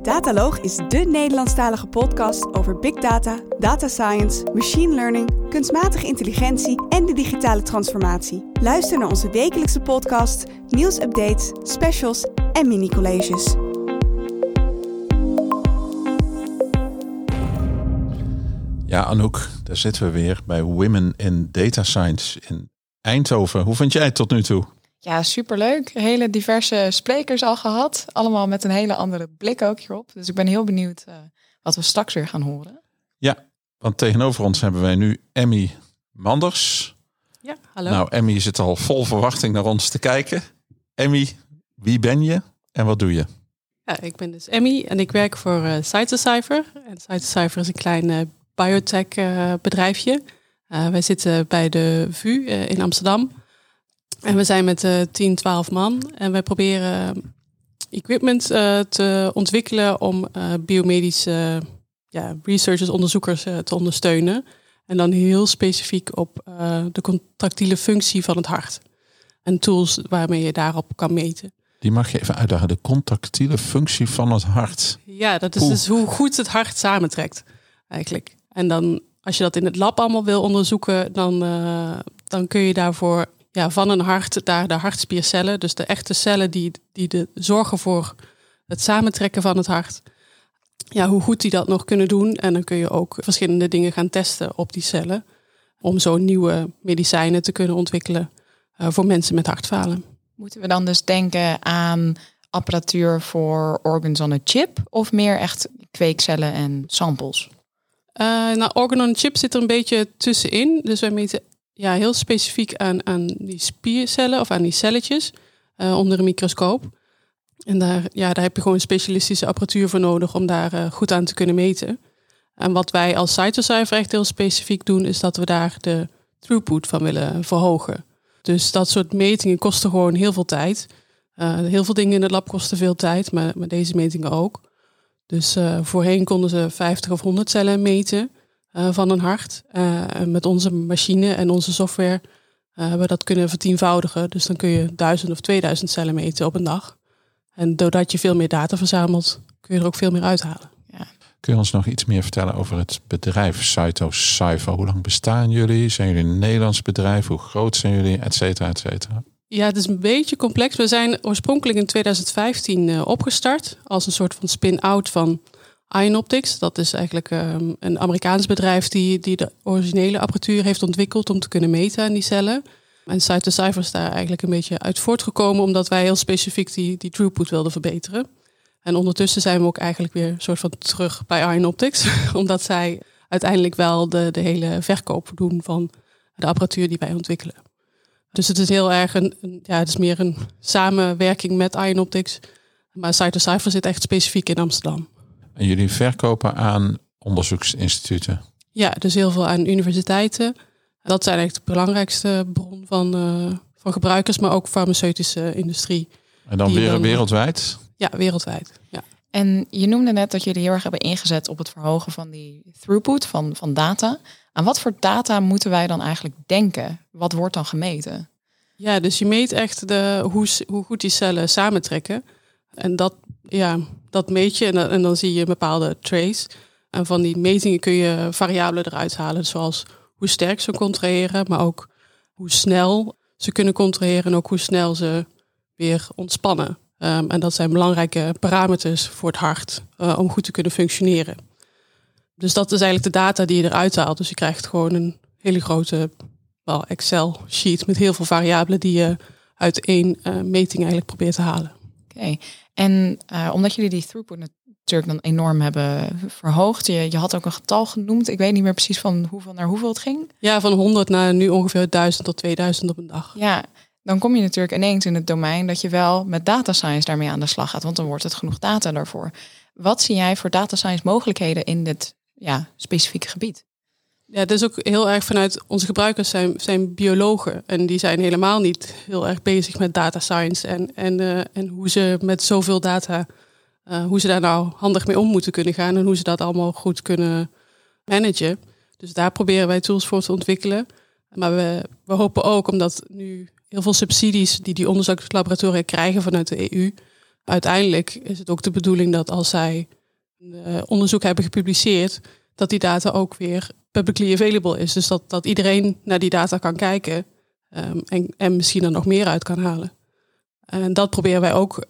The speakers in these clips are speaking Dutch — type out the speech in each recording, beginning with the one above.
Dataloog is dé Nederlandstalige podcast over big data, data science, machine learning, kunstmatige intelligentie en de digitale transformatie. Luister naar onze wekelijkse podcast, nieuwsupdates, specials en mini-colleges. Ja, Anouk, daar zitten we weer bij Women in Data Science in Eindhoven. Hoe vond jij het tot nu toe? Ja, superleuk. Hele diverse sprekers al gehad. Allemaal met een hele andere blik ook hierop. Dus ik ben heel benieuwd wat we straks weer gaan horen. Ja, want tegenover ons hebben wij nu Emmy Manders. Ja, hallo. Nou, Emmy zit al vol verwachting naar ons te kijken. Emmy, wie ben je en wat doe je? Ja, ik ben dus Emmy en ik werk voor Cytocypher. En Cytocypher is een klein biotech bedrijfje. Wij zitten bij de VU in Amsterdam. En we zijn met 10, 12 man. En wij proberen equipment te ontwikkelen om biomedische researchers, onderzoekers te ondersteunen. En dan heel specifiek op de contractiele functie van het hart. En tools waarmee je daarop kan meten. Die mag je even uitdagen. De contractiele functie van het hart. Ja, dat is dus hoe goed het hart samentrekt eigenlijk. En dan, als je dat in het lab allemaal wil onderzoeken, dan kun je daarvoor van een hart daar de hartspiercellen, dus de echte cellen die zorgen voor het samentrekken van het hart. Ja, hoe goed die dat nog kunnen doen. En dan kun je ook verschillende dingen gaan testen op die cellen. Om zo nieuwe medicijnen te kunnen ontwikkelen voor mensen met hartfalen. Moeten we dan dus denken aan apparatuur voor organs on a chip? Of meer echt kweekcellen en samples? Organ on a chip zit er een beetje tussenin. Dus wij meten heel specifiek aan die spiercellen of aan die celletjes onder een microscoop. En daar heb je gewoon specialistische apparatuur voor nodig om daar goed aan te kunnen meten. En wat wij als Cytocypher echt heel specifiek doen, is dat we daar de throughput van willen verhogen. Dus dat soort metingen kosten gewoon heel veel tijd. Heel veel dingen in het lab kosten veel tijd, maar deze metingen ook. Dus voorheen konden ze 50 of 100 cellen meten van een hart. Met onze machine en onze software hebben we dat kunnen vertienvoudigen. Dus dan kun je 1000 of 2000 cellen meten op een dag. En doordat je veel meer data verzamelt, kun je er ook veel meer uithalen. Ja. Kun je ons nog iets meer vertellen over het bedrijf Cytocypher? Hoe lang bestaan jullie? Zijn jullie een Nederlands bedrijf? Hoe groot zijn jullie? Et cetera, et cetera. Ja, het is een beetje complex. We zijn oorspronkelijk in 2015 opgestart als een soort van spin-out van Ion Optics. Dat is eigenlijk een Amerikaans bedrijf die de originele apparatuur heeft ontwikkeld om te kunnen meten aan die cellen. En Cytocypher is daar eigenlijk een beetje uit voortgekomen omdat wij heel specifiek die throughput wilden verbeteren. En ondertussen zijn we ook eigenlijk weer een soort van terug bij Ion Optics. Omdat zij uiteindelijk wel de hele verkoop doen van de apparatuur die wij ontwikkelen. Dus het is heel erg het is meer een samenwerking met Ion Optics. Maar Cytocypher zit echt specifiek in Amsterdam. En jullie verkopen aan onderzoeksinstituten? Ja, dus heel veel aan universiteiten. Dat zijn eigenlijk de belangrijkste bron van gebruikers, maar ook farmaceutische industrie. En dan weer wereldwijd? Ja, wereldwijd. Ja. En je noemde net dat jullie heel erg hebben ingezet op het verhogen van die throughput van data. Aan wat voor data moeten wij dan eigenlijk denken? Wat wordt dan gemeten? Ja, dus je meet echt hoe goed die cellen samentrekken. En dat meet je en dan zie je een bepaalde trace. En van die metingen kun je variabelen eruit halen. Zoals hoe sterk ze contraheren, maar ook hoe snel ze kunnen contraheren. En ook hoe snel ze weer ontspannen. En dat zijn belangrijke parameters voor het hart om goed te kunnen functioneren. Dus dat is eigenlijk de data die je eruit haalt. Dus je krijgt gewoon een hele grote Excel-sheet met heel veel variabelen die je uit één meting eigenlijk probeert te halen. Oké. En omdat jullie die throughput natuurlijk dan enorm hebben verhoogd. Je had ook een getal genoemd. Ik weet niet meer precies van hoeveel naar hoeveel het ging. Ja, van 100 naar nu ongeveer 1000 tot 2000 op een dag. Ja, dan kom je natuurlijk ineens in het domein dat je wel met data science daarmee aan de slag gaat. Want dan wordt het genoeg data daarvoor. Wat zie jij voor data science mogelijkheden in dit specifieke gebied? Ja, het is ook heel erg vanuit onze gebruikers zijn biologen. En die zijn helemaal niet heel erg bezig met data science. En hoe ze met zoveel data, hoe ze daar nou handig mee om moeten kunnen gaan. En hoe ze dat allemaal goed kunnen managen. Dus daar proberen wij tools voor te ontwikkelen. Maar we hopen ook, omdat nu heel veel subsidies die onderzoekslaboratoria krijgen vanuit de EU. Uiteindelijk is het ook de bedoeling dat als zij onderzoek hebben gepubliceerd, dat die data ook weer publicly available is. Dus dat iedereen naar die data kan kijken en misschien er nog meer uit kan halen. En dat proberen wij ook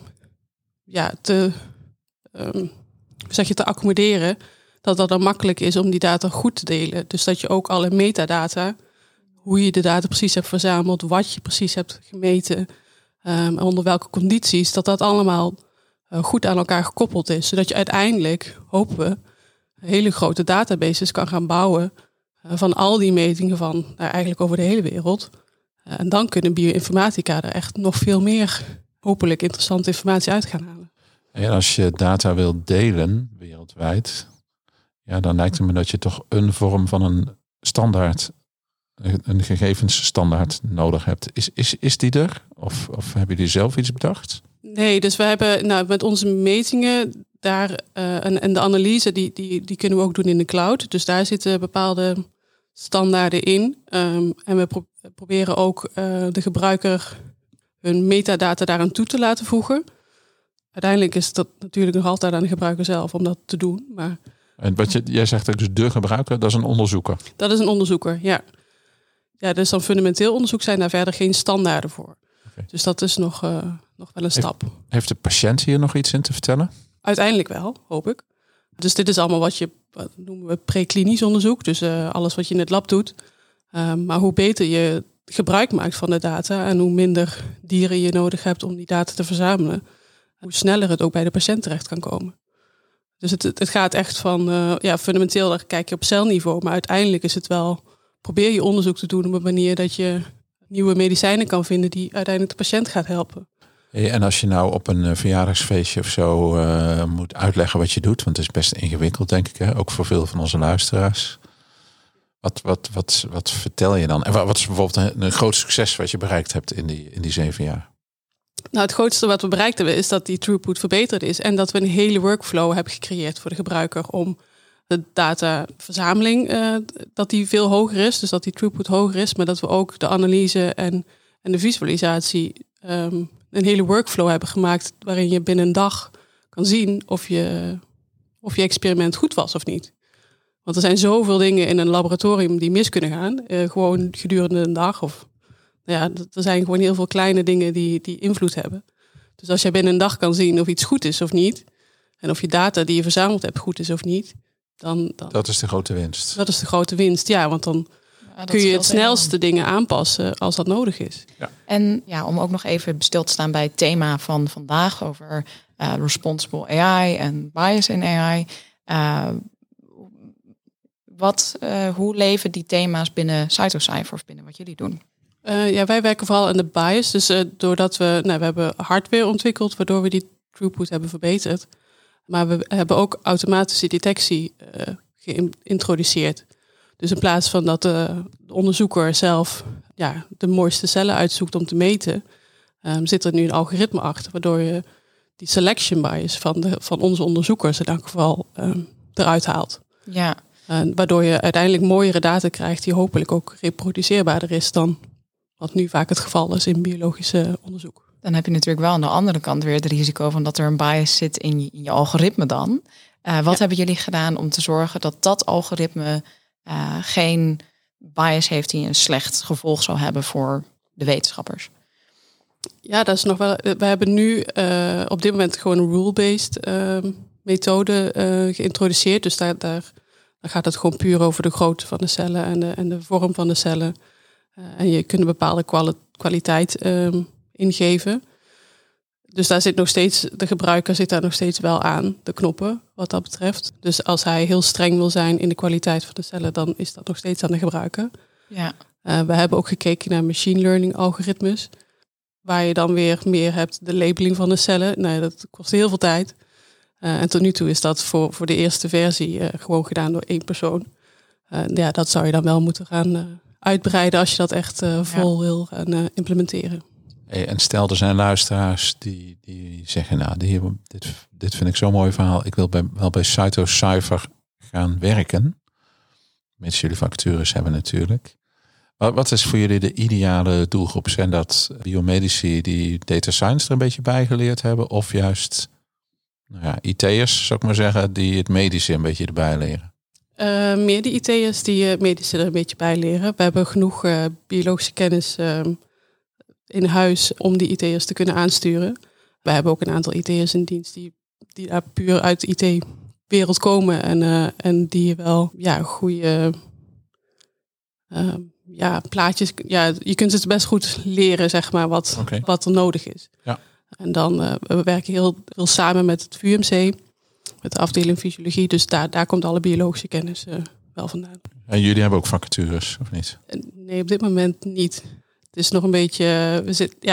te accommoderen, dat dan makkelijk is om die data goed te delen. Dus dat je ook alle metadata, hoe je de data precies hebt verzameld, wat je precies hebt gemeten, onder welke condities, dat allemaal goed aan elkaar gekoppeld is. Zodat je uiteindelijk, hopen we, hele grote databases kan gaan bouwen van al die metingen van eigenlijk over de hele wereld. En dan kunnen bioinformatica er echt nog veel meer hopelijk interessante informatie uit gaan halen. En als je data wilt delen wereldwijd, dan lijkt het me dat je toch een vorm van een standaard, een gegevensstandaard nodig hebt. Is die er? Of hebben jullie zelf iets bedacht? Nee, dus we hebben met onze metingen daar en de analyse die kunnen we ook doen in de cloud. Dus daar zitten bepaalde standaarden in. En we proberen ook de gebruiker hun metadata daaraan toe te laten voegen. Uiteindelijk is dat natuurlijk nog altijd aan de gebruiker zelf om dat te doen. Maar en jij zegt ook dus de gebruiker, dat is een onderzoeker? Dat is een onderzoeker, ja. Ja, dus dan fundamenteel onderzoek zijn daar verder geen standaarden voor. Okay. Dus dat is nog wel een stap. Heeft de patiënt hier nog iets in te vertellen? Uiteindelijk wel, hoop ik. Dus dit is allemaal wat noemen we preklinisch onderzoek. Dus alles wat je in het lab doet. Maar hoe beter je gebruik maakt van de data en hoe minder dieren je nodig hebt om die data te verzamelen, hoe sneller het ook bij de patiënt terecht kan komen. Dus het gaat echt van, fundamenteel, daar kijk je op celniveau. Maar uiteindelijk is het wel, probeer je onderzoek te doen op een manier dat je nieuwe medicijnen kan vinden die uiteindelijk de patiënt gaat helpen. En als je nou op een verjaardagsfeestje of zo moet uitleggen wat je doet, want het is best ingewikkeld, denk ik, hè? Ook voor veel van onze luisteraars. Wat vertel je dan? En wat is bijvoorbeeld een groot succes wat je bereikt hebt in die 7 jaar? Nou, het grootste wat we bereikt hebben is dat die throughput verbeterd is en dat we een hele workflow hebben gecreëerd voor de gebruiker om de dataverzameling, dat die veel hoger is, dus dat die throughput hoger is, maar dat we ook de analyse en de visualisatie een hele workflow hebben gemaakt waarin je binnen een dag kan zien of je experiment goed was of niet. Want er zijn zoveel dingen in een laboratorium die mis kunnen gaan, gewoon gedurende een dag. Er zijn gewoon heel veel kleine dingen die invloed hebben. Dus als jij binnen een dag kan zien of iets goed is of niet, en of je data die je verzameld hebt goed is of niet, dan dat is de grote winst. Dat is de grote winst, ja, want dan kun je het snelste dingen aanpassen als dat nodig is. Ja. En om ook nog even stil te staan bij het thema van vandaag over responsible AI en bias in AI. Hoe leven die thema's binnen CytoCypher of binnen wat jullie doen? Wij werken vooral aan de bias. Dus doordat we hebben hardware ontwikkeld waardoor we die throughput hebben verbeterd. Maar we hebben ook automatische detectie geïntroduceerd. Dus in plaats van dat de onderzoeker zelf de mooiste cellen uitzoekt om te meten, zit er nu een algoritme achter, waardoor je die selection bias van onze onderzoekers in elk geval eruit haalt. Ja. Waardoor je uiteindelijk mooiere data krijgt die hopelijk ook reproduceerbaarder is dan wat nu vaak het geval is in biologische onderzoek. Dan heb je natuurlijk wel aan de andere kant weer het risico van dat er een bias zit in je algoritme dan. Wat hebben jullie gedaan om te zorgen dat dat algoritme geen bias heeft die een slecht gevolg zou hebben voor de wetenschappers? Ja, dat is nog wel. We hebben nu op dit moment gewoon een rule-based methode geïntroduceerd. Dus daar gaat het gewoon puur over de grootte van de cellen en de vorm van de cellen. En je kunt een bepaalde kwaliteit ingeven. Dus daar zit nog steeds, de gebruiker zit daar nog steeds wel aan, de knoppen, wat dat betreft. Dus als hij heel streng wil zijn in de kwaliteit van de cellen, dan is dat nog steeds aan de gebruiker. Ja. We hebben ook gekeken naar machine learning algoritmes, waar je dan weer meer hebt de labeling van de cellen. Nou, dat kost heel veel tijd. En tot nu toe is dat voor de eerste versie gewoon gedaan door 1 persoon. Dat zou je dan wel moeten gaan uitbreiden als je dat echt vol wil gaan implementeren. En stel, er zijn luisteraars die zeggen, dit vind ik zo'n mooi verhaal. Ik wil wel bij CytoCypher gaan werken. Mits jullie vacatures hebben natuurlijk. Wat is voor jullie de ideale doelgroep? Zijn dat biomedici die data science er een beetje bij geleerd hebben? Of juist IT'ers, zou ik maar zeggen, die het medische een beetje erbij leren? Meer de IT'ers die het medische er een beetje bij leren. We hebben genoeg biologische kennis in huis om die IT'ers te kunnen aansturen. We hebben ook een aantal IT'ers in dienst die daar puur uit de IT-wereld komen. En die wel goede plaatjes. Ja, je kunt het best goed leren, zeg maar, wat er nodig is. Ja. En dan, we werken heel veel samen met het VUMC, met de afdeling fysiologie. Dus daar komt alle biologische kennis wel vandaan. En jullie hebben ook vacatures, of niet? Nee, op dit moment niet. Het is nog een beetje...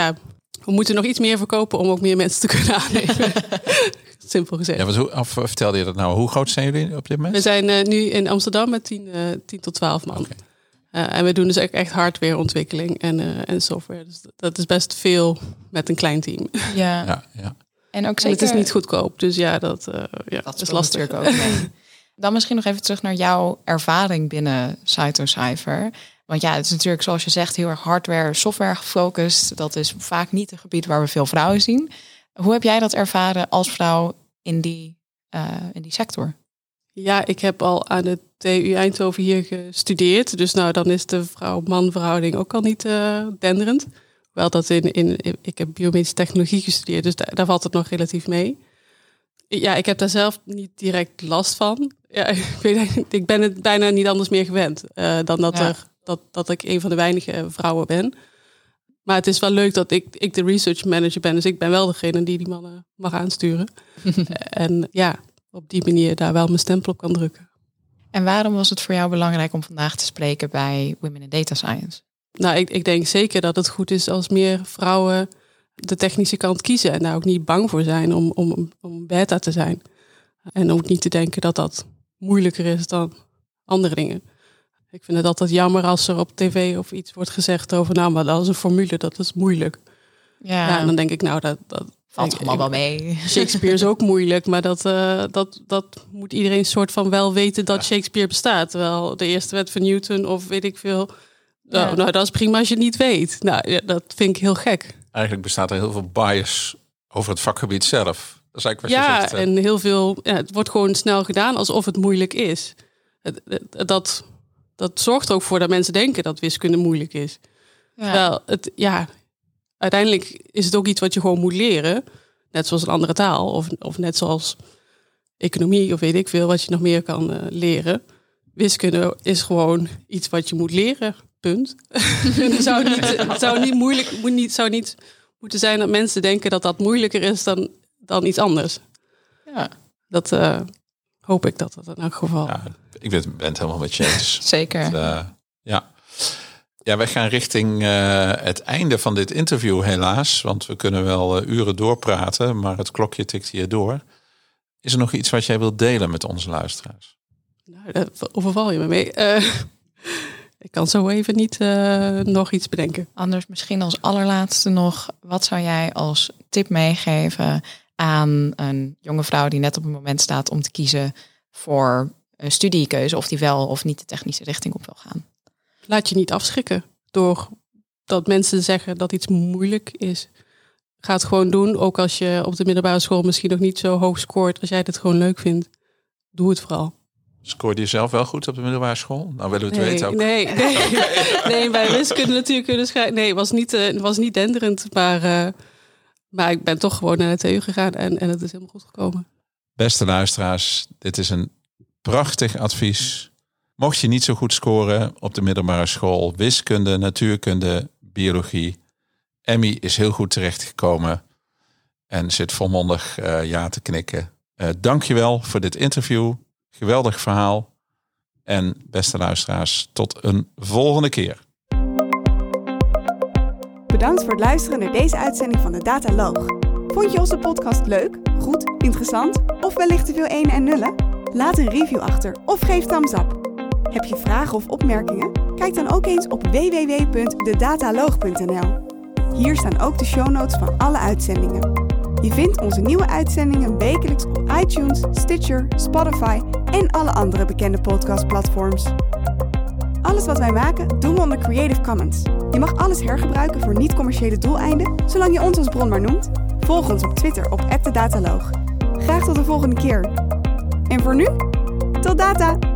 We moeten nog iets meer verkopen om ook meer mensen te kunnen aannemen. Simpel gezegd. Ja, vertelde je dat nou? Hoe groot zijn jullie op dit moment? We zijn nu in Amsterdam met 10 tot 12 man. Okay. En we doen dus echt hardwareontwikkeling en software. Dus dat is best veel met een klein team. Ja. En ook zeker... het is niet goedkoop, dus dat is lastig. Ook Dan misschien nog even terug naar jouw ervaring binnen Cytocypher. Want het is natuurlijk, zoals je zegt, heel erg hardware, software gefocust. Dat is vaak niet een gebied waar we veel vrouwen zien. Hoe heb jij dat ervaren als vrouw in die sector? Ja, ik heb al aan de TU Eindhoven hier gestudeerd. Dus dan is de vrouw-man verhouding ook al niet denderend. Hoewel dat ik heb biomedische technologie gestudeerd, dus daar valt het nog relatief mee. Ja, ik heb daar zelf niet direct last van. Ja, ik ben het bijna niet anders meer gewend dan dat ik een van de weinige vrouwen ben. Maar het is wel leuk dat ik de research manager ben. Dus ik ben wel degene die mannen mag aansturen. En op die manier daar wel mijn stempel op kan drukken. En waarom was het voor jou belangrijk om vandaag te spreken bij Women in Data Science? Nou, ik denk zeker dat het goed is als meer vrouwen de technische kant kiezen. En daar ook niet bang voor zijn om beta te zijn. En ook niet te denken dat dat moeilijker is dan andere dingen. Ik vind het altijd jammer als er op tv of iets wordt gezegd over... maar dat is een formule, dat is moeilijk. Ja, en dan denk ik, dat valt allemaal wel mee. Shakespeare is ook moeilijk, maar dat moet iedereen soort van wel weten dat Shakespeare bestaat. Terwijl de eerste wet van Newton of weet ik veel... Nou, dat is prima als je het niet weet. Dat vind ik heel gek. Eigenlijk bestaat er heel veel bias over het vakgebied zelf. Dat is eigenlijk wat je zegt. En heel veel... het wordt gewoon snel gedaan alsof het moeilijk is. Dat zorgt er ook voor dat mensen denken dat wiskunde moeilijk is. Ja. Terwijl uiteindelijk is het ook iets wat je gewoon moet leren. Net zoals een andere taal. Of net zoals economie of weet ik veel wat je nog meer kan leren. Wiskunde is gewoon iets wat je moet leren. Punt. Het zou niet moeten zijn dat mensen denken dat dat moeilijker is dan iets anders. Ja. Dat hoop ik dat in elk geval... Ja, ik ben het helemaal met je eens. Zeker. Ja, wij gaan richting het einde van dit interview helaas. Want we kunnen wel uren doorpraten, maar het klokje tikt hier door. Is er nog iets wat jij wilt delen met onze luisteraars? Nou, daar overval je me mee. Ik kan zo even niet nog iets bedenken. Anders misschien als allerlaatste nog. Wat zou jij als tip meegeven aan een jonge vrouw die net op het moment staat om te kiezen voor een studiekeuze, of die wel of niet de technische richting op wil gaan? Laat je niet afschrikken door dat mensen zeggen dat iets moeilijk is. Ga het gewoon doen, ook als je op de middelbare school misschien nog niet zo hoog scoort. Als jij het gewoon leuk vindt, doe het vooral. Scoorde je zelf wel goed op de middelbare school? Nou willen we het weten ook. Nee, bij wiskunde natuurlijk kunnen schrijven. Nee, het was niet denderend, maar ik ben toch gewoon naar de TU gegaan en het is helemaal goed gekomen. Beste luisteraars, dit is een prachtig advies. Mocht je niet zo goed scoren op de middelbare school, wiskunde, natuurkunde, biologie, Emmy is heel goed terechtgekomen en zit volmondig ja te knikken. Dank je wel voor dit interview. Geweldig verhaal. En beste luisteraars, tot een volgende keer. Bedankt voor het luisteren naar deze uitzending van de Dataloog. Vond je onze podcast leuk, goed, interessant of wellicht te veel enen en nullen? Laat een review achter of geef thumbs up. Heb je vragen of opmerkingen? Kijk dan ook eens op www.dedataloog.nl. Hier staan ook de show notes van alle uitzendingen. Je vindt onze nieuwe uitzendingen wekelijks op iTunes, Stitcher, Spotify en alle andere bekende podcastplatforms. Alles wat wij maken, doen we onder Creative Commons. Je mag alles hergebruiken voor niet-commerciële doeleinden, zolang je ons als bron maar noemt. Volg ons op Twitter op @dedataloog. Graag tot de volgende keer. En voor nu, tot data!